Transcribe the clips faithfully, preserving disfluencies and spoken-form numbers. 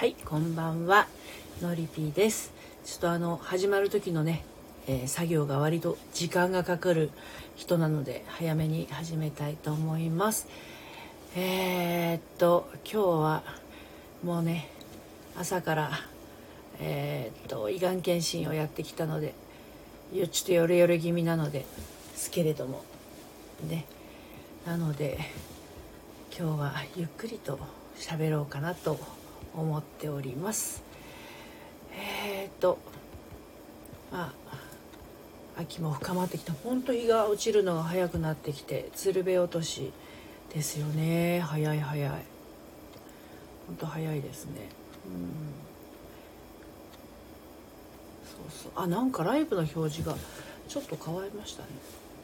はい、こんばんは、のりぴーです。ちょっとあの始まる時のね、えー、作業が割と時間がかかる人なので早めに始めたいと思います。えー、っと今日はもうね朝からえー、っと胃がん検診をやってきたのでちょっとヨレヨレ気味なのですけれどもね、なので今日はゆっくりと喋ろうかなと思っております。えー、っとまあ秋も深まってきた。ほんと日が落ちるのが早くなってきて鶴瓶落としですよね。早い早い、ほんと早いですね。うん、そうそう、あ、なんかライブの表示がちょっと変わりましたね。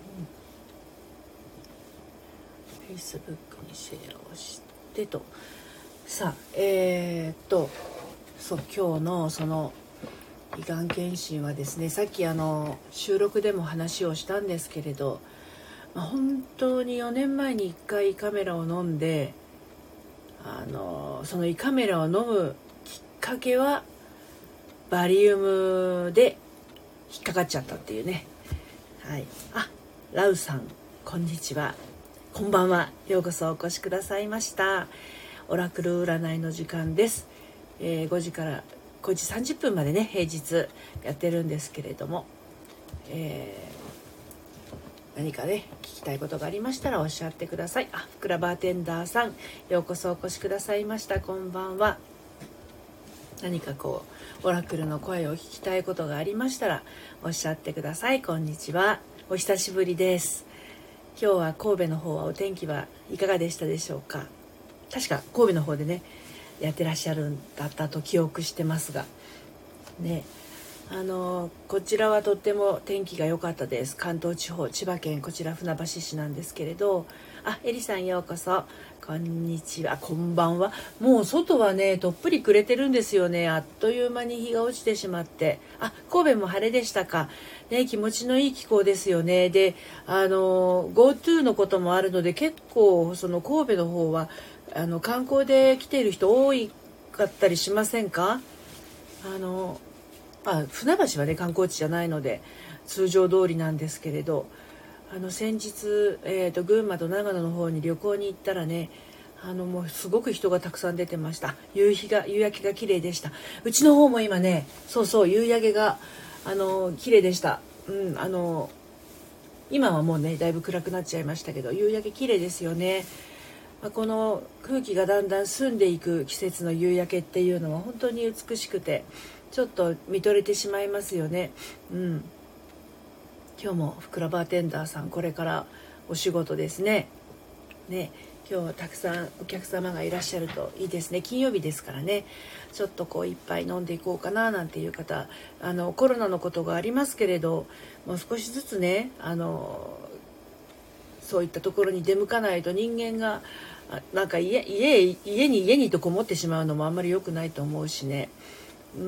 うん、Facebook にシェアをしてと、さあえー、っとそう今日のその胃がん検診はですね、さっきあの収録でも話をしたんですけれど、まあ、本当によねんまえにいっかい胃カメラを飲んで、あのその胃カメラを飲むきっかけはバリウムで引っかかっちゃったっていうね。はい、あ、ラウさんこんにちは、こんばんは、ようこそお越しくださいました。オラクル占いの時間です。えー、ごじからごじさんじゅっぷんまでね平日やってるんですけれども、えー、何かね聞きたいことがありましたらおっしゃってください。あ、ふくらバーテンダーさんようこそお越しくださいました。こんばんは。何かこうオラクルの声を聞きたいことがありましたらおっしゃってください。こんにちは、お久しぶりです。今日は神戸の方はお天気はいかがでしたでしょうか。確か神戸の方でねやってらっしゃるんだったと記憶してますがね、あのこちらはとっても天気が良かったです。関東地方、千葉県、こちら船橋市なんですけれど、あ、エリさんようこそ、こんにちは、こんばんは。もう外はねどっぷり暮れてるんですよね。あっという間に日が落ちてしまって、あ、神戸も晴れでしたかね。気持ちのいい気候ですよね。で、あの GoTo のこともあるので結構その神戸の方はあの観光で来ている人多かったりしませんか。あのまあ、船橋はね観光地じゃないので通常通りなんですけれど、あの先日、えー、と群馬と長野の方に旅行に行ったらね、あのもうすごく人がたくさん出てました。夕日が夕焼けが綺麗でした。うちの方も今ね、そうそう夕焼けがあの綺麗でした。うん、あの今はもうねだいぶ暗くなっちゃいましたけど夕焼け綺麗ですよね。まあ、この空気がだんだん澄んでいく季節の夕焼けっていうのは本当に美しくてちょっと見とれてしまいますよね。うん、今日もふくらバーテンダーさんこれからお仕事ですね。ね、今日はたくさんお客様がいらっしゃるといいですね。金曜日ですからね、ちょっとこう一杯飲んでいこうかななんていう方、あのコロナのことがありますけれどもう少しずつね、あのそういったところに出向かないと人間がなんか 家, 家, 家に家にとこもってしまうのもあんまり良くないと思うしね。うん、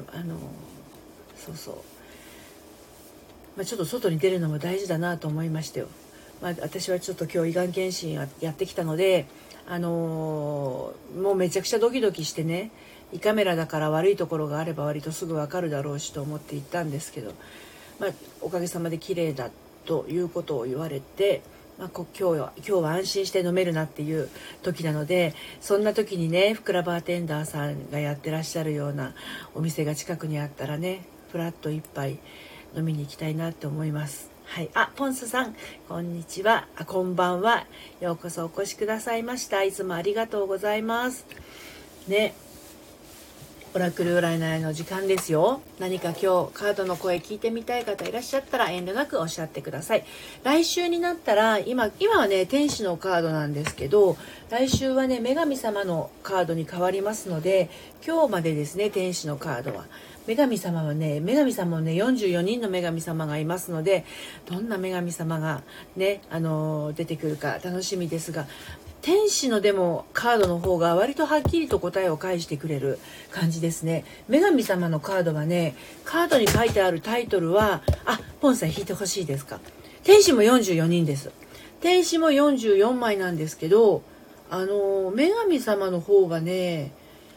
あのそうそう、まあ、ちょっと外に出るのも大事だなと思いましたよ。まあ、私はちょっと今日胃がん検診やってきたので、あのー、もうめちゃくちゃドキドキしてね、胃カメラだから悪いところがあれば割とすぐ分かるだろうしと思って行ったんですけど、まあ、おかげさまで綺麗だということを言われて、まあ、今日は今日は安心して飲めるなっていう時なので、そんな時にねふくらバーテンダーさんがやってらっしゃるようなお店が近くにあったらねフラッと一杯飲みに行きたいなって思います。はい、あ、ポンスさんこんにちは、あ、こんばんは、ようこそお越しくださいました。いつもありがとうございますね。オラクル占いの時間ですよ。何か今日カードの声聞いてみたい方いらっしゃったら遠慮なくおっしゃってください。来週になったら今今はね天使のカードなんですけど、来週はね女神様のカードに変わりますので、今日までですね天使のカードは女神様はね女神様はねよんじゅうよにんの女神様がいますので、どんな女神様がねあの出てくるか楽しみですが、天使のでもカードの方が割とはっきりと答えを返してくれる感じですね。女神様のカードはね、カードに書いてあるタイトルは、あ、ポンさん引いてほしいですか。天使もよんじゅうよにんです。天使もよんじゅうよんまいなんですけど、あの女神様の方がね、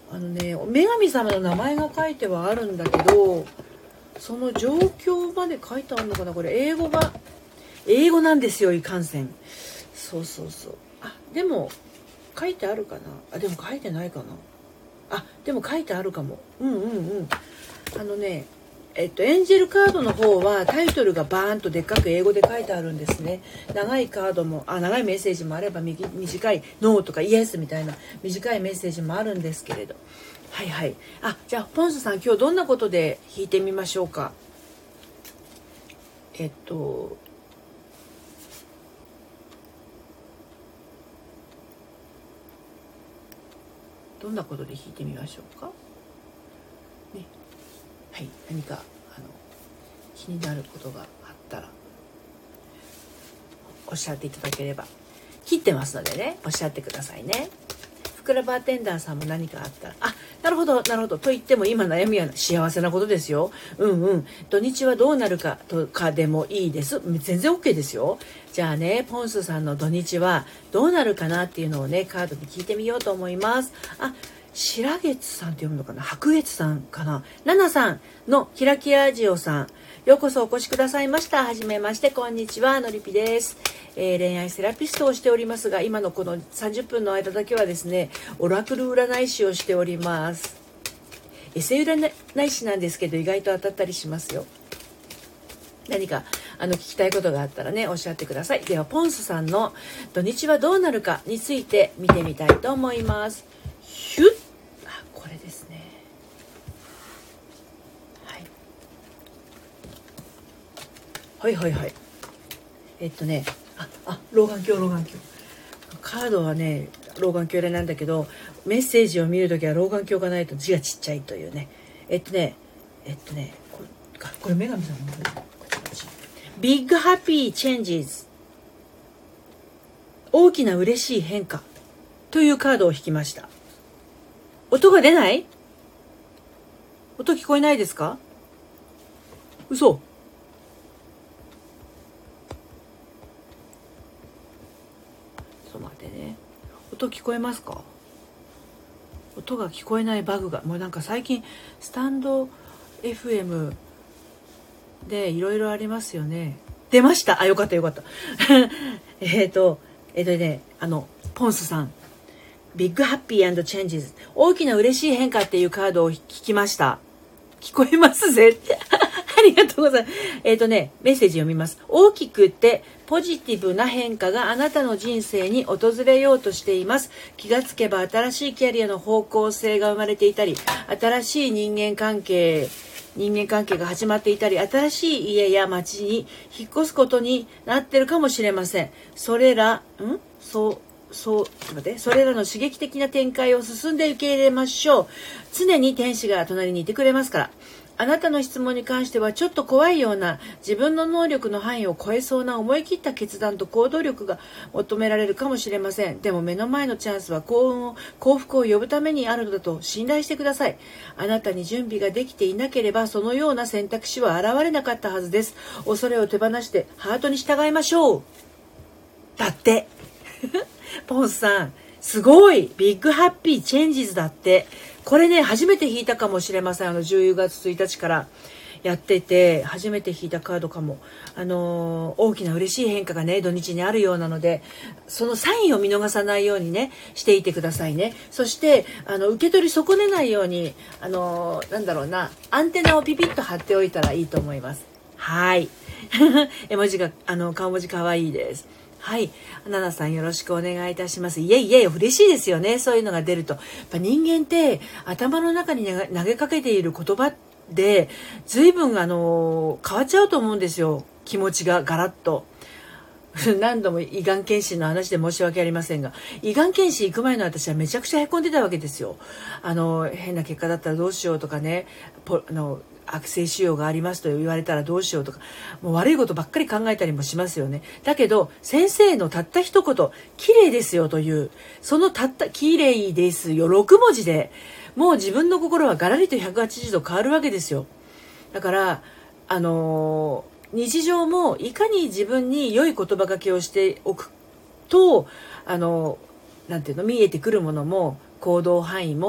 あのね女神様の名前が書いてはあるんだけど、その状況まで書いてあるのかな。これ英語が英語なんですよ、いかんせん。そうそうそう。あ、でも書いてあるかな。あ、でも書いてないかな。あ、でも書いてあるかも。うんうんうん。あのねえっとエンジェルカードの方はタイトルがバーンとでっかく英語で書いてあるんですね。長いカードもあ長いメッセージもあれば、短いノーとかイエスみたいな短いメッセージもあるんですけれど、はいはい。あ、じゃあポンスさん、今日どんなことで弾いてみましょうか。えっとどんなことで弾いてみましょうかね。はい、何かあの気になることがあったらおっしゃっていただければ、切ってますのでね、おっしゃってくださいね。ふくらバーテンダーさんも何かあったら、あ、なるほどなるほど、と言っても今悩みは幸せなことですよ。うんうん。土日はどうなるかとかでもいいです。全然 OK ですよ。じゃあね、ポンスさんの土日はどうなるかなっていうのをね、カードで聞いてみようと思います。あ、白月さんって読むのかな、白月さんかな、ナナさんのキラキラジオさん、ようこそお越しくださいました。はじめまして、こんにちは、のりぴです。えー、恋愛セラピストをしておりますが、今のこのさんじゅっぷんの間だけはですね、オラクル占い師をしております。エセ占い師なんですけど、意外と当たったりしますよ。何かあの聞きたいことがあったらね、おっしゃってください。ではポンスさんの土日はどうなるかについて見てみたいと思います。ヒュッ、あ、これですね。はいはいはいはい。えっとね、ああ老眼鏡老眼鏡カードはね老眼鏡なんだけど、メッセージを見るときは老眼鏡がないと字がちっちゃいというね。えっとねえっとねこれ、これ女神さんのビッグハッピーチェンジズ、大きな嬉しい変化というカードを引きました。音が出ない？音聞こえないですか？嘘。ちょっと待ってね。音聞こえますか？音が聞こえないバグが、もうなんか最近スタンド エフエム でいろいろありますよね。出ました。あ、よかったよかった。えっとえっとねあのポンスさん、ビッグハッピー&チェンジズ、大きな嬉しい変化っていうカードを聞きました。聞こえますぜってありがとうございます。えっとねメッセージ読みます。大きくてポジティブな変化があなたの人生に訪れようとしています。気がつけば新しいキャリアの方向性が生まれていたり、新しい人間関係人間関係が始まっていたり、新しい家や町に引っ越すことになってるかもしれません。それらんそうそう待ってそれらの刺激的な展開を進んで受け入れましょう。常に天使が隣にいてくれますから。あなたの質問に関してはちょっと怖いような、自分の能力の範囲を超えそうな思い切った決断と行動力が求められるかもしれません。でも目の前のチャンスは幸運を幸福を呼ぶためにあるのだと信頼してください。あなたに準備ができていなければそのような選択肢は現れなかったはずです。恐れを手放してハートに従いましょう。だってポンさんすごい、ビッグハッピーチェンジズだって。これね初めて引いたかもしれません。あのじゅうがつついたちからやってて初めて引いたカードかも。あのー、大きな嬉しい変化がね土日にあるようなので、そのサインを見逃さないようにねしていてくださいね。そしてあの受け取り損ねないように、あのー、なんだろうなアンテナをピピッと貼っておいたらいいと思います。はい絵文字があの顔文字かわいいです。はい、ナナさんよろしくお願いいたします。いえいえ、嬉しいですよね、そういうのが出ると。やっぱ人間って頭の中に投げかけている言葉で随分あの変わっちゃうと思うんですよ、気持ちがガラッと。何度も胃がん検診の話で申し訳ありませんが、胃がん検診行く前の私はめちゃくちゃへこんでたわけですよ。あの変な結果だったらどうしようとかね、ポあの悪性腫瘍がありますと言われたらどうしようとか、もう悪いことばっかり考えたりもしますよね。だけど先生のたった一言綺麗ですよという、そのたった綺麗ですよろくもじでもう自分の心はガラリとひゃくはちじゅうど変わるわけですよ。だからあのー、日常もいかに自分に良い言葉がけをしておくと、あのー、なんていうの見えてくるものも行動範囲も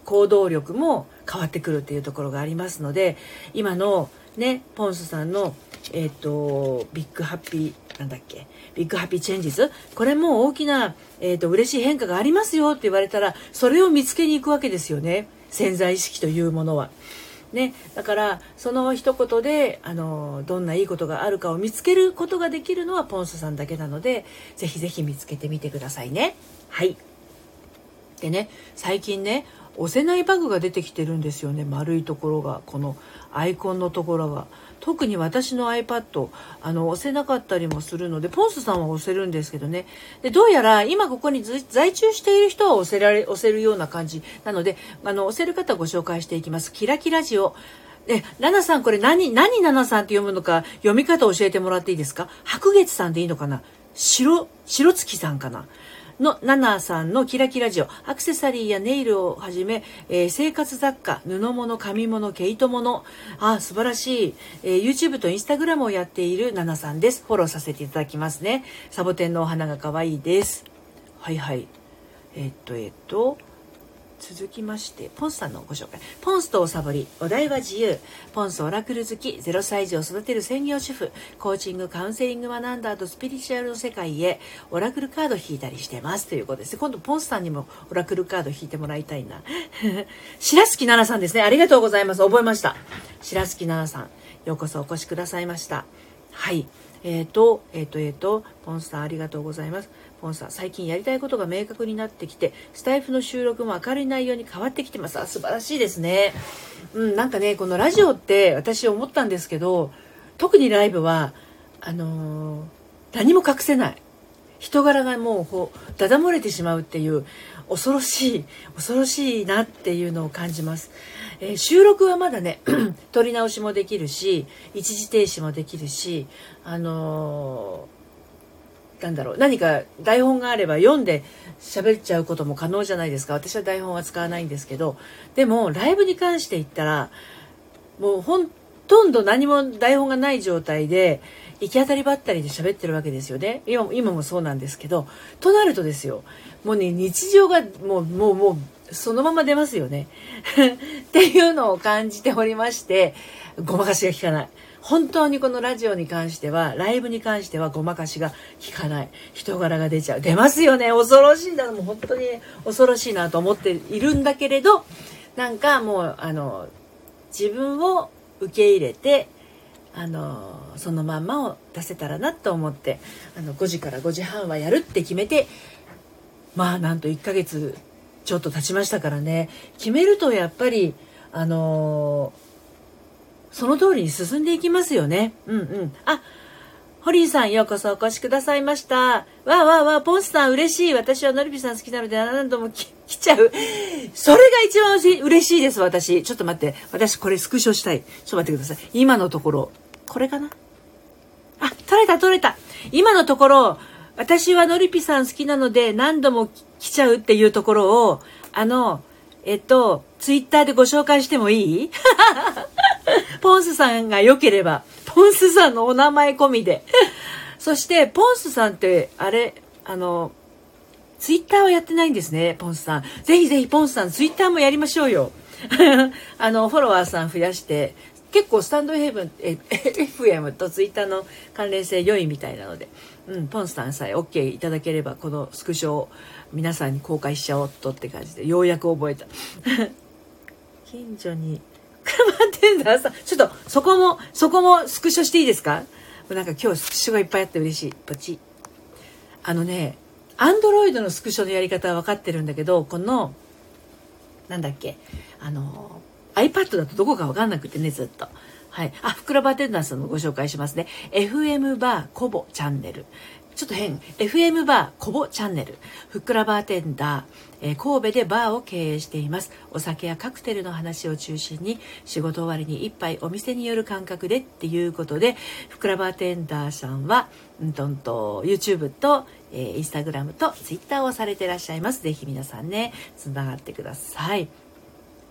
行動力も変わってくるっていうところがありますので、今のねポンスさんのえっとビッグハッピーなんだっけビッグハッピーチェンジズ、これも大きな、えー、と嬉しい変化がありますよって言われたら、それを見つけに行くわけですよね、潜在意識というものはね。だからその一言であのどんないいことがあるかを見つけることができるのはポンスさんだけなので、ぜひぜひ見つけてみてくださいね。はい。でね、最近ね押せないバグが出てきてるんですよね。丸いところが、このアイコンのところが、特に私の iPad あの押せなかったりもするので、ポンスさんは押せるんですけどね。でどうやら今ここに在中している人は押せられ押せるような感じなので、あの押せる方をご紹介していきます。キラキラジオ、え、ナナさん、これ何何ナナさんって読むのか読み方を教えてもらっていいですか？白月さんでいいのかな、白白月さんかなのナナさんのキラキラジオ、アクセサリーやネイルをはじめ、えー、生活雑貨、布物、紙物、毛糸物、あ、素晴らしい、えー、YouTube と Instagram をやっているナナさんです。フォローさせていただきますね。サボテンのお花が可愛いです。はいはい。えー、っとえー、っと続きまして、ポンスさんのご紹介。ポンスとおサボり、お題は自由。ポンスオラクル好き、ゼロさい児を育てる専業主婦、コーチング、カウンセリング学んだ後、スピリチュアルの世界へオラクルカード引いたりしてますということです。今度ポンスさんにもオラクルカード引いてもらいたいな。白月奈々さんですね。ありがとうございます。覚えました。白月奈々さん、ようこそお越しくださいました。はい。えーと、えーと、えーと、ポンスさんありがとうございます。ポンさん、最近やりたいことが明確になってきて、スタイフの収録も明るい内容に変わってきてます。あ、素晴らしいですね。うん、なんかね、このラジオって私思ったんですけど、特にライブは、あのー、何も隠せない。人柄がもうこう、だだ漏れてしまうっていう、恐ろしい、恐ろしいなっていうのを感じます。えー、収録はまだね、撮り直しもできるし、一時停止もできるし、あのー、なんだろう、何か台本があれば読んで喋っちゃうことも可能じゃないですか。私は台本は使わないんですけど、でもライブに関して言ったらもうほとんど何も台本がない状態で行き当たりばったりで喋ってるわけですよね。今、今もそうなんですけど、となるとですよ、もうね、日常がもうもうもうそのまま出ますよねっていうのを感じておりまして、ごまかしが効かない。本当にこのラジオに関しては、ライブに関してはごまかしが効かない。人柄が出ちゃう。出ますよね。恐ろしいんだ。もう本当に恐ろしいなと思っているんだけれど、なんかもうあの自分を受け入れて、あのそのまんまを出せたらなと思って、あのごじからごじはんはやるって決めて、まあなんといっかげつちょっと経ちましたからね。決めるとやっぱりあのその通りに進んでいきますよね。うんうん。あ、ホリーさん、ようこそお越しくださいました。わーわーわー、ポンスさん嬉しい。私はノリピさん好きなので何度も来ちゃう。それが一番嬉しいです、私。ちょっと待って。私これスクショしたい。ちょっと待ってください。今のところ。これかな？あ、取れた取れた。今のところ、私はノリピさん好きなので何度も来ちゃうっていうところを、あの、えっと、ツイッターでご紹介してもいい？ポンスさんが良ければ、ポンスさんのお名前込みで。そして、ポンスさんって、あれ、あの、ツイッターはやってないんですね、ポンスさん。ぜひぜひ、ポンスさん、ツイッターもやりましょうよ。あの、フォロワーさん増やして、結構スタンド エフエム とツイッターの関連性良いみたいなので、うん、ポンスさんさえ オーケー いただければ、このスクショを皆さんに公開しちゃおうとって感じで、ようやく覚えた。近所に、クラマテンダーさん、ちょっとそこもそこもスクショしていいですか？なんか今日スクショがいっぱいあって嬉しい。ポチ。あのね、アンドロイドのスクショのやり方は分かってるんだけど、このなんだっけ、あの iPad だとどこか分かんなくてね、ずっと。はい。あ、フクラバーテンダーさんのご紹介しますね。エフエム バーコボチャンネル。ちょっと変。エフエム バーコボチャンネル。ふっくらバーテンダー、えー、神戸でバーを経営しています。お酒やカクテルの話を中心に、仕事終わりに一杯お店による感覚でっていうことで、ふっくらバーテンダーさんは、うんとんと YouTube と、えー、Instagram と Twitter をされていらっしゃいます。ぜひ皆さんね、つながってください。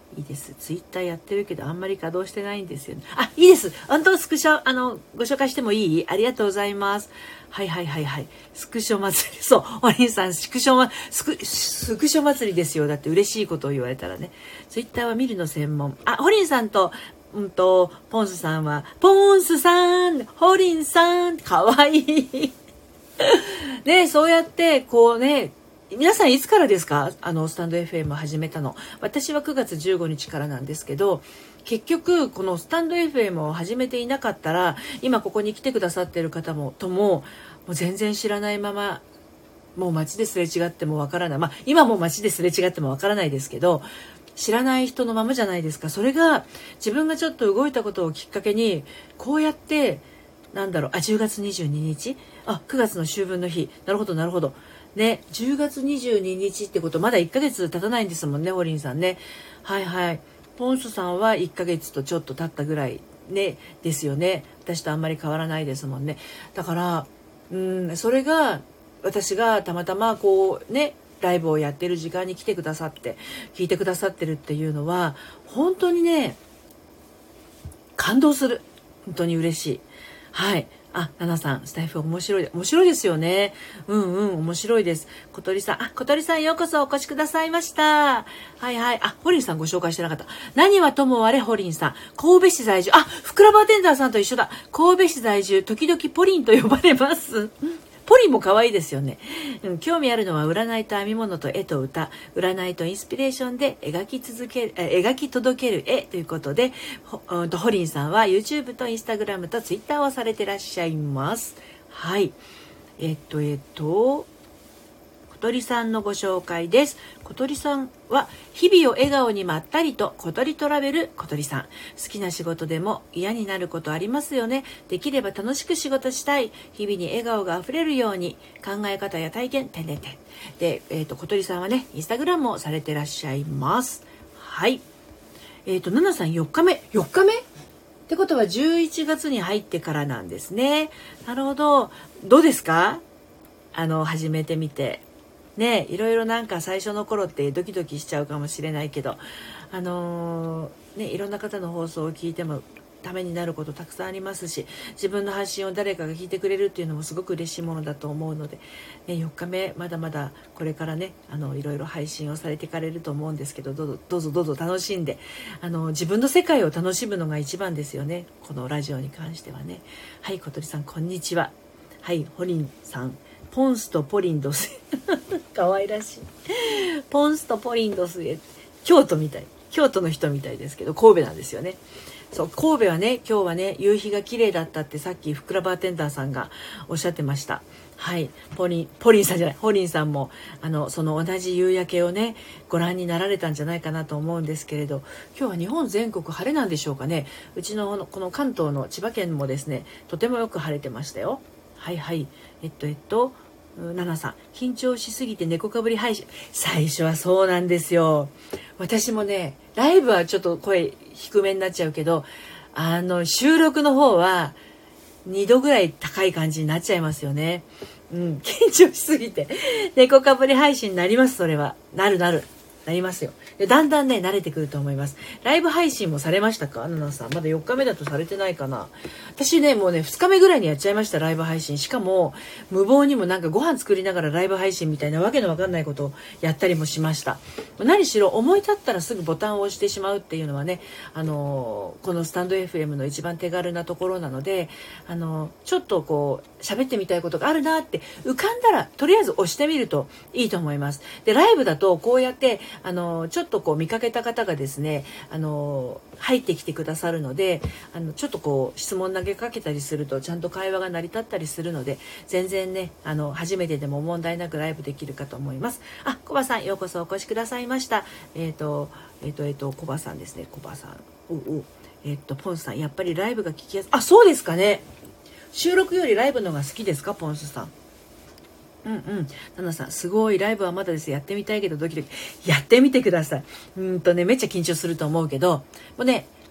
いいです。ツイッターやってるけどあんまり稼働してないんですよね。あ、いいです。本当スクショ、あの、ご紹介してもいい？ありがとうございます。はいはいはいはい。スクショ祭り。そう、お兄さん、スクショま、スク、スクショ祭りですよ。だって嬉しいことを言われたらね。ツイッターは見るの専門。あ、ホリンさんと、うんと、ポンスさんは、ポンスさん、ホリンさん、かわいい。ね、そうやって、こうね、皆さんいつからですか？あのスタンド エフエム 始めたの。私はくがつじゅうごにちからなんですけど、結局このスタンド エフエム を始めていなかったら、今ここに来てくださっている方もとももう全然知らないまま、もう街ですれ違ってもわからない、まあ今も街ですれ違ってもわからないですけど、知らない人のままじゃないですか。それが自分がちょっと動いたことをきっかけに、こうやってなんだろう、あ、じゅうがつにじゅうににち、あ、くがつの秋分の日、なるほどなるほどね、じゅうがつにじゅうににちってことまだいっかげつ経たないんですもんね、ホリンさんね。はいはい。ポンスさんはいっかげつとちょっと経ったぐらいねですよね。私とあんまり変わらないですもんね。だからうんそれが私がたまたまこうねライブをやってる時間に来てくださって聞いてくださってるっていうのは本当にね感動する。本当に嬉しい。はい。あ、ナナさん、スタイフ面白い。面白いですよね。うんうん、面白いです。小鳥さん、あ、小鳥さんようこそお越しくださいました。はいはい。あ、ホリンさんご紹介してなかった。何はともあれホリンさん。神戸市在住。あ、ふくらバーテンダーさんと一緒だ。神戸市在住、時々ポリンと呼ばれます。ポリンも可愛いですよね、うん。興味あるのは占いと編み物と絵と歌、占いとインスピレーションで描き続ける、描き届ける絵ということで、ほ、うん、とホリンさんは YouTube と Instagram と Twitter をされてらっしゃいます。はい。えっと、えっと、小鳥さんのご紹介です。小鳥さんは日々を笑顔にまったりと小鳥トラベル小鳥さん。好きな仕事でも嫌になることありますよね。できれば楽しく仕事したい。日々に笑顔があふれるように考え方や体験、てんてんてん。で、えっと、小鳥さんはね、インスタグラムをされてらっしゃいます。はい。えっと、ナナさんよっかめ。よっかめってことはじゅういちがつに入ってからなんですね。なるほど。どうですか？あの、始めてみて。ね、いろいろなんか最初の頃ってドキドキしちゃうかもしれないけど、あのー、ね、いろんな方の放送を聞いてもためになることたくさんありますし、自分の発信を誰かが聞いてくれるっていうのもすごく嬉しいものだと思うので、ね、よっかめまだまだこれからね、あのいろいろ配信をされていかれると思うんですけど、どうぞどうぞどうぞ楽しんで、あの自分の世界を楽しむのが一番ですよね、このラジオに関してはね。はい、小鳥さんこんにちは。はい、ホリンさん、ポンスとポリンドス可愛らしい。ポンスとポリンドスへ、京都みたい、京都の人みたいですけど神戸なんですよね。そう、神戸はね、今日はね夕日が綺麗だったってさっきふくらバーテンダーさんがおっしゃってました。はい、ポリンポリンさんじゃないホリンさんもあのその同じ夕焼けをねご覧になられたんじゃないかなと思うんですけれど、今日は日本全国晴れなんでしょうかね。うちのこの関東の千葉県もですねとてもよく晴れてましたよ。はいはい、えっとえっとナナさん、緊張しすぎて猫かぶり配信。最初はそうなんですよ。私もねライブはちょっと声低めになっちゃうけど、あの収録の方はにどぐらい高い感じになっちゃいますよね。うん、緊張しすぎて猫かぶり配信になります。それはなるなるなりますよ。でだんだんね慣れてくると思います。ライブ配信もされましたか？ナナさんまだよっかめだとされてないかな。私ねもうねふつかめぐらいにやっちゃいました、ライブ配信。しかも無謀にもなんかご飯作りながらライブ配信みたいなわけのわかんないことをやったりもしました。何しろ思い立ったらすぐボタンを押してしまうっていうのはね、あのー、このスタンド エフエム の一番手軽なところなので、あのー、ちょっとこう喋ってみたいことがあるなって浮かんだらとりあえず押してみるといいと思います。でライブだとこうやってあのちょっとこう見かけた方がですねあの入ってきてくださるので、あのちょっとこう質問投げかけたりするとちゃんと会話が成り立ったりするので、全然ねあの初めてでも問題なくライブできるかと思います。あ、コバさんようこそお越しくださいました。えっとえっとえっとコバさんですね。コバさん、おおえっとポンスさん、やっぱりライブが聞きやすい。あ、そうですかね。収録よりライブのが好きですか、ポンスさん。うんうん、ナナさんすごいライブはまだです、やってみたいけどドキドキ。やってみてください。うんとねめっちゃ緊張すると思うけどもうね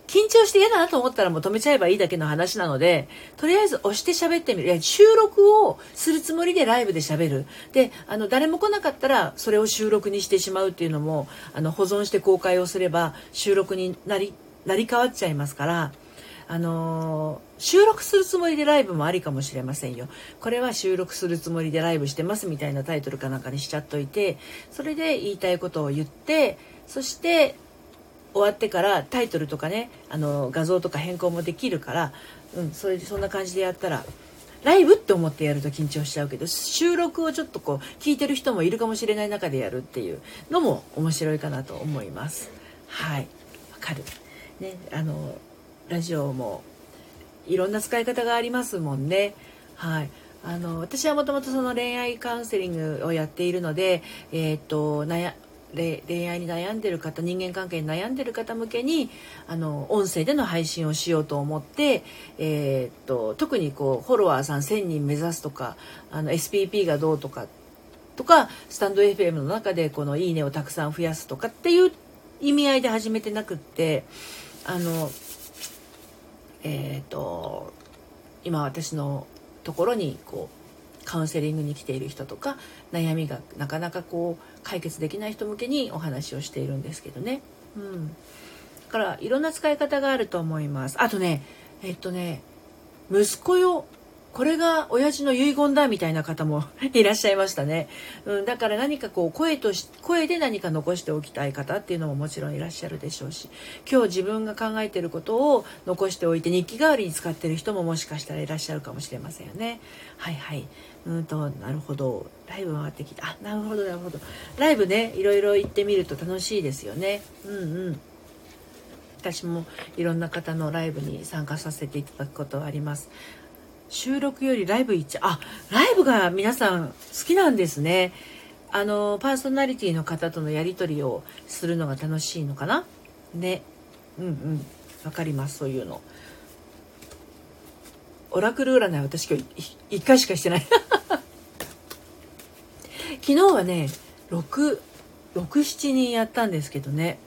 緊張して嫌だなと思ったらもう止めちゃえばいいだけの話なので、とりあえず押して喋ってみる。いや、収録をするつもりでライブで喋る。で、あの、誰も来なかったらそれを収録にしてしまうっていうのも、あの、保存して公開をすれば収録になり、なり変わっちゃいますから、あのー、収録するつもりでライブもありかもしれませんよ。これは収録するつもりでライブしてますみたいなタイトルかなんかにしちゃっといて、それで言いたいことを言って、そして終わってからタイトルとかね、あの画像とか変更もできるから、うん、それでそんな感じでやったら、ライブって思ってやると緊張しちゃうけど、収録をちょっとこう聞いてる人もいるかもしれない中でやるっていうのも面白いかなと思います。はい、わかるね。あのラジオもいろんな使い方がありますもんね。はい。あの私はもともとその恋愛カウンセリングをやっているので、えー、っと悩恋愛に悩んでる方、人間関係に悩んでる方向けにあの音声での配信をしようと思って、えー、っと特にこうフォロワーさんせんにん目指すとか、あの エスピーピー がどうとかとか、スタンド エフエム の中でこのいいねをたくさん増やすとかっていう意味合いで始めてなくって、あのえー、と今私のところにこうカウンセリングに来ている人とか、悩みがなかなかこう解決できない人向けにお話をしているんですけどね、うん、だからいろんな使い方があると思います。あとねえっとね息子よ、これが親父の遺言だみたいな方もいらっしゃいましたね、うん、だから何かこう声とし声で何か残しておきたい方っていうのももちろんいらっしゃるでしょうし、今日自分が考えていることを残しておいて日記代わりに使っている人ももしかしたらいらっしゃるかもしれませんよね。はいはい、うんとなるほど、ライブ回ってきた。あ、なるほどなるほど、ライブね、いろいろ行ってみると楽しいですよね。うんうん、私もいろんな方のライブに参加させていただくことはあります。収録よりライブ行っちゃう。あ、ライブが皆さん好きなんですね。あのパーソナリティの方とのやり取りをするのが楽しいのかなね。うんうん、わかります、そういうの。オラクル占い私今日いっかいしかしてない昨日はねろく、ろく、ななにんやったんですけどね。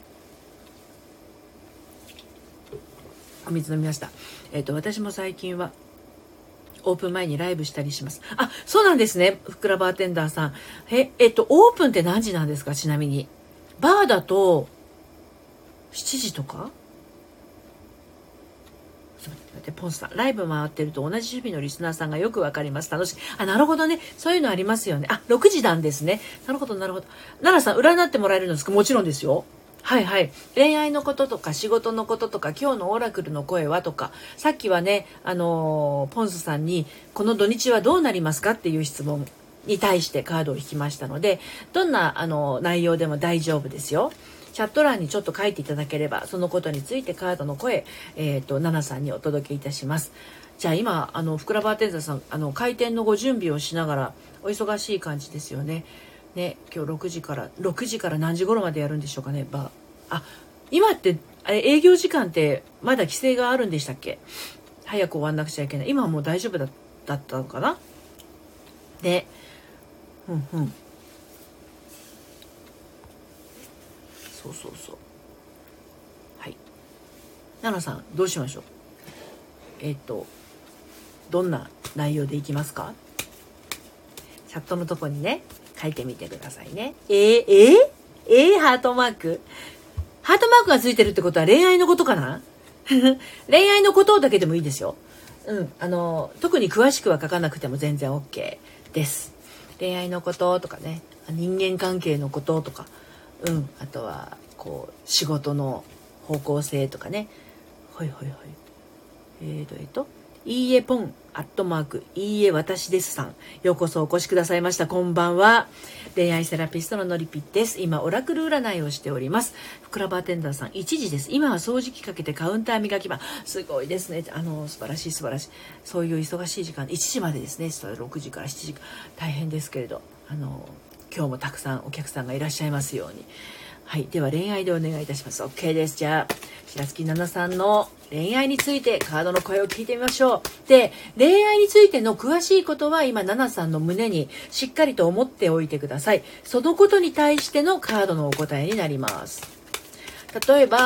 お水飲みました。えっと私も最近はオープン前にライブしたりします。あ、そうなんですね。ふくらバーテンダーさん。え、えっと、オープンって何時なんですか？ちなみに。バーだと、しちじとか？でポンさん、ライブ回ってると同じ趣味のリスナーさんがよくわかります。楽しい。あ、なるほどね。そういうのありますよね。あ、ろくじなんですね。なるほど、なるほど。奈良さん、占ってもらえるんですか？もちろんですよ。はいはい、恋愛のこととか仕事のこととか、今日のオラクルの声はとか、さっきはね、あのー、ポンスさんにこの土日はどうなりますかっていう質問に対してカードを引きましたので、どんなあの内容でも大丈夫ですよ。チャット欄にちょっと書いていただければ、そのことについてカードの声、えーと、ナナさんにお届けいたします。じゃあ今あのふくらバーテンザさん、あの開店のご準備をしながらお忙しい感じですよね。ね、今日ろくじからろくじから何時頃までやるんでしょうかね。バー、あ、今って営業時間ってまだ規制があるんでしたっけ？早く終わんなくちゃいけない。今はもう大丈夫だったのかな。で、うんうん、そうそうそう。はい。奈々さんどうしましょう。えっとどんな内容でいきますか？チャットのとこにね書いてみてくださいね。えー、えー、えー、ハートマーク。ハートマークがついてるってことは恋愛のことかな恋愛のことだけでもいいですよ。うん、あの特に詳しくは書かなくても全然 OK です。恋愛のこととかね、人間関係のこととか、うん、あとはこう仕事の方向性とかね。ほいほいほい。えーとえーといいえポンアットマークいいえ私ですさん、ようこそお越しくださいました。こんばんは。恋愛セラピストののりぴです。今オラクル占いをしております。ふくらバーテンダーさんいちじです。今は掃除機かけてカウンター磨き場。すごいですね。あの素晴らしい素晴らしい。そういう忙しい時間いちじまでですね。ろくじからしちじ大変ですけれど、あの今日もたくさんお客さんがいらっしゃいますように。はい、では恋愛でお願いいたします。 OK です。じゃあ白月奈々さんの恋愛についてカードの声を聞いてみましょう。で、恋愛についての詳しいことは今奈々さんの胸にしっかりと思っておいてください。そのことに対してのカードのお答えになります。例えば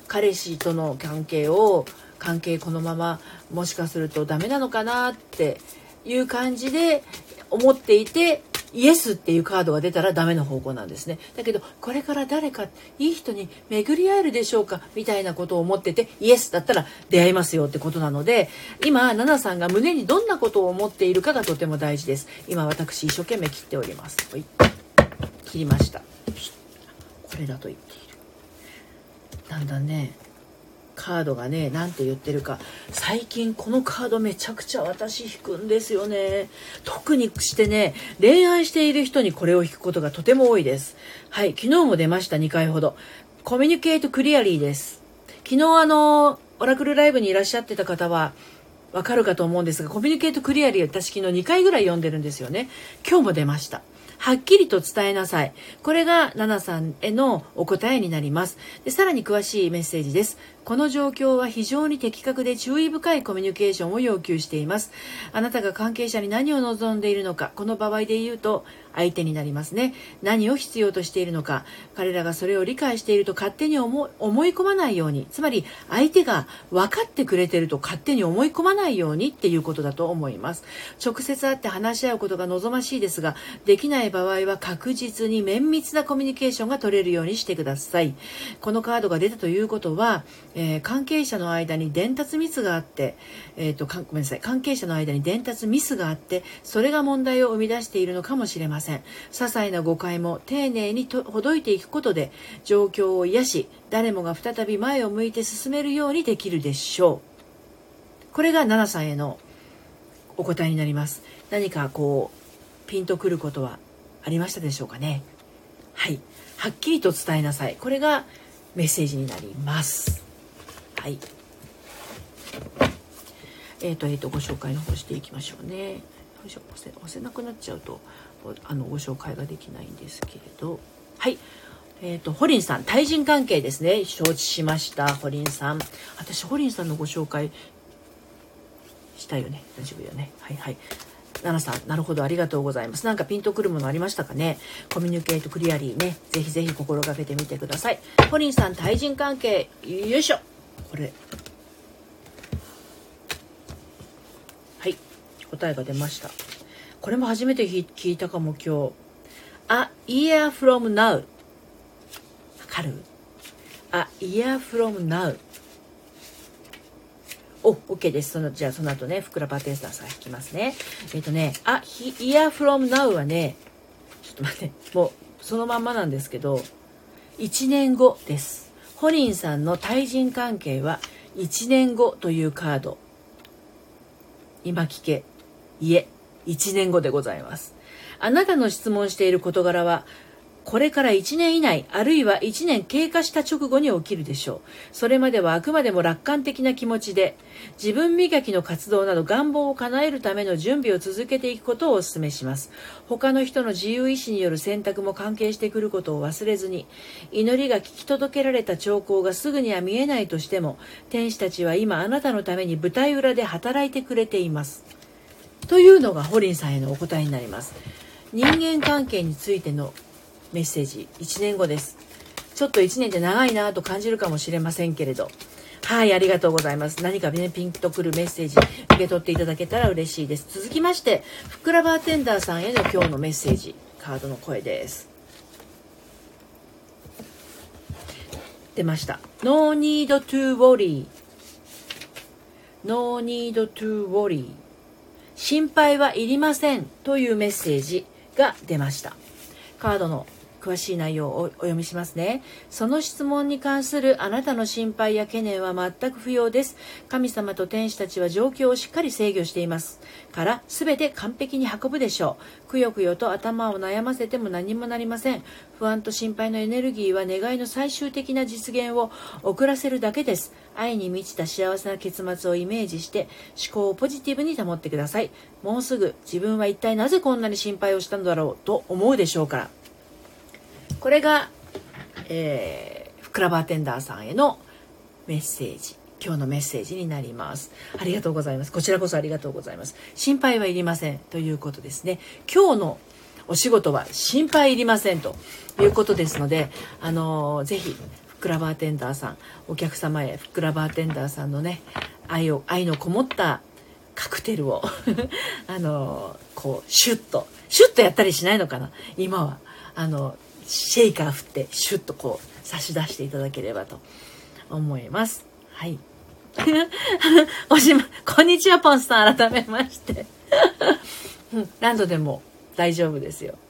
彼氏との関係を関係このままもしかするとダメなのかなっていう感じで思っていて、イエスっていうカードが出たらダメな方向なんですね。だけどこれから誰かいい人に巡り会えるでしょうかみたいなことを思ってて、イエスだったら出会いますよってことなので、今ナナさんが胸にどんなことを思っているかがとても大事です。今私一生懸命切っております。はい、切りました。これだと言っている。だんだんねカードがね、なんて言ってるか。最近このカードめちゃくちゃ私引くんですよね。特にしてね、恋愛している人にこれを引くことがとても多いです。はい、昨日も出ました。にかいほど。コミュニケートクリアリーです。昨日あのオラクルライブにいらっしゃってた方はわかるかと思うんですが、コミュニケートクリアリー私昨日にかいぐらい読んでるんですよね。今日も出ました。はっきりと伝えなさい。これがナナさんへのお答えになります。で、さらに詳しいメッセージです。この状況は非常に的確で注意深いコミュニケーションを要求しています。あなたが関係者に何を望んでいるのか、この場合で言うと相手になりますね。何を必要としているのか、彼らがそれを理解していると勝手に思い、思い込まないように、つまり相手が分かってくれていると勝手に思い込まないようにっていうことだと思います。直接会って話し合うことが望ましいですが、できない場合は確実に綿密なコミュニケーションが取れるようにしてください。このカードが出たということは、えー、関係者の間に伝達ミスがあって、えーと、かごめんなさい、関係者の間に伝達ミスがあって、それが問題を生み出しているのかもしれません。些細な誤解も丁寧にとほどいていくことで状況を癒し、誰もが再び前を向いて進めるようにできるでしょう。これがナナさんへのお答えになります。何かこうピンとくることはありましたでしょうかね。はい、はっきりと伝えなさい。これがメッセージになります。はい。えーと、えーと、ご紹介の方していきましょうね。よいしょ、押せ、押せなくなっちゃうと、あの、ご紹介ができないんですけれど。はい。えーと、ホリンさん、対人関係ですね。承知しました。ホリンさん。私、ホリンさんのご紹介したよね。大丈夫よね。はいはい。ナナさん、なるほど、ありがとうございます。なんかピンとくるものありましたかね。コミュニケートクリアリーね。ぜひぜひ心がけてみてください。ホリンさん、対人関係、よいしょ。これ。はい。答えが出ました。これも初めて聞いたかも今日。A year from now。わかる？ A year from now。お、OK です。その、じゃあその後ね、ふくらばテンサーさん引きますね。えっとね、あ、year from now はね、ちょっと待って、もうそのまんまなんですけど、いちねんごです。ホリンさんの対人関係はいちねんごというカード。今聞け、いえ、いちねんごでございます。あなたの質問している事柄は、これからいちねん以内、あるいはいちねん経過した直後に起きるでしょう。それまではあくまでも楽観的な気持ちで、自分磨きの活動など願望を叶えるための準備を続けていくことをお勧めします。他の人の自由意志による選択も関係してくることを忘れずに、祈りが聞き届けられた兆候がすぐには見えないとしても、天使たちは今あなたのために舞台裏で働いてくれています。というのがホリンさんへのお答えになります。人間関係についてのメッセージ、いちねんごです。ちょっといちねんって長いなと感じるかもしれませんけれど、はい、ありがとうございます。何かね、ピンとくるメッセージ受け取っていただけたら嬉しいです。続きまして、ふくらバーテンダーさんへの今日のメッセージ、カードの声です。出ました。No need to worry。No need to worry。心配はいりませんというメッセージが出ました。カードの詳しい内容をお読みしますね。その質問に関するあなたの心配や懸念は全く不要です。神様と天使たちは状況をしっかり制御していますから全て完璧に運ぶでしょう。くよくよと頭を悩ませても何もなりません。不安と心配のエネルギーは願いの最終的な実現を遅らせるだけです。愛に満ちた幸せな結末をイメージして思考をポジティブに保ってください。もうすぐ自分は一体なぜこんなに心配をしたのだろうと思うでしょうから。これが、えー、ふくらバーテンダーさんへのメッセージ、今日のメッセージになります。ありがとうございます。こちらこそありがとうございます。心配はいりませんということですね。今日のお仕事は心配いりませんということですので、あのー、ぜひふくらバーテンダーさん、お客様へふっくらバーテンダーさんのね愛を愛のこもったカクテルをあのこうシュッとシュッとやったりしないのかな今は。あのシェイカー振ってシュッとこう差し出していただければと思います。はいおしまこんにちはポンスさん、改めまして何度でも大丈夫ですよ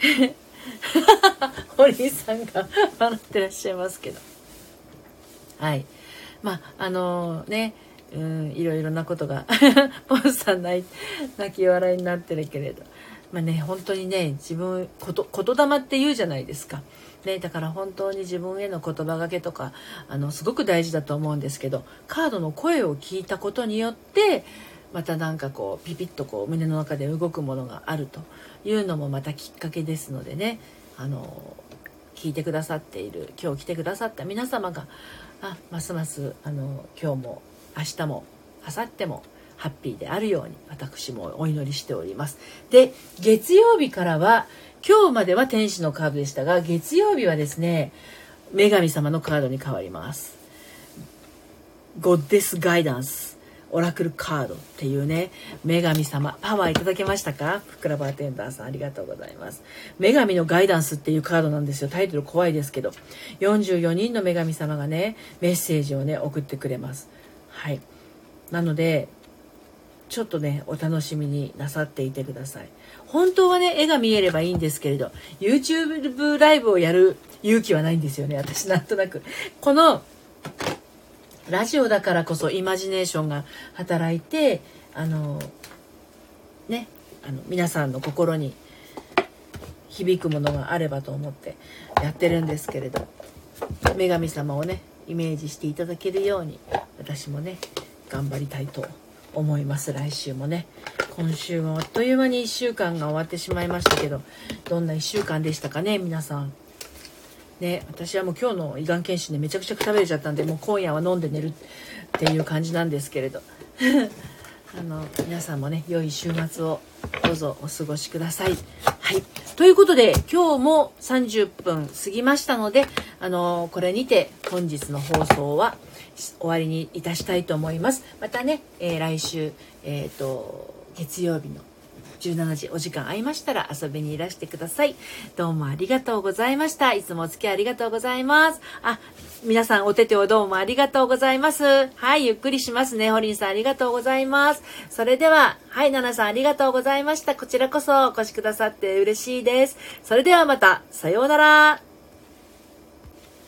堀井さんが笑ってらっしゃいますけど、はい、まああのー、ねうんいろいろなことがポンさん泣き笑いになってるけれど、まあね本当にね自分こと言霊って言うじゃないですかね。だから本当に自分への言葉がけとかあのすごく大事だと思うんですけど、カードの声を聞いたことによってまたなんかこうピピッとこう胸の中で動くものがあるというのもまたきっかけですのでね、あの聞いてくださっている今日来てくださった皆様があますますあの今日も明日も明後日もハッピーであるように私もお祈りしております。で月曜日からは今日までは天使のカードでしたが、月曜日はですね女神様のカードに変わります。ゴッデスガイダンスオラクルカードっていうね女神様パワーいただけましたか？ふっくらバーテンダーさんありがとうございます。女神のガイダンスっていうカードなんですよ。タイトル怖いですけどよんじゅうよにんの女神様がねメッセージをね送ってくれます。はい、なのでちょっとねお楽しみになさっていてください。本当はね絵が見えればいいんですけれど YouTube ライブをやる勇気はないんですよね私。なんとなくこのラジオだからこそイマジネーションが働いてあのねあの皆さんの心に響くものがあればと思ってやってるんですけれど、女神様をねイメージしていただけるように私もね頑張りたいと思います。来週もね、今週もあっという間にいっしゅうかんが終わってしまいましたけど、どんないっしゅうかんでしたかね皆さんね。私はもう今日の胃がん検診でめちゃくちゃ食べれちゃったんで、もう今夜は飲んで寝るっていう感じなんですけれどあの皆さんもね良い週末をどうぞお過ごしください。はい、ということで今日もさんじゅっぷん過ぎましたので、あのこれにて本日の放送は終わりにいたしたいと思います。またね、えー、来週、えーと、月曜日のじゅうしちじお時間合いましたら遊びにいらしてください。どうもありがとうございました。いつもお付き合いありがとうございます。あ、皆さんお手手をどうもありがとうございます。はい、ゆっくりしますね。ホリンさんありがとうございます。それでは、はい、ナナさんありがとうございました。こちらこそお越しくださって嬉しいです。それではまた、さようなら。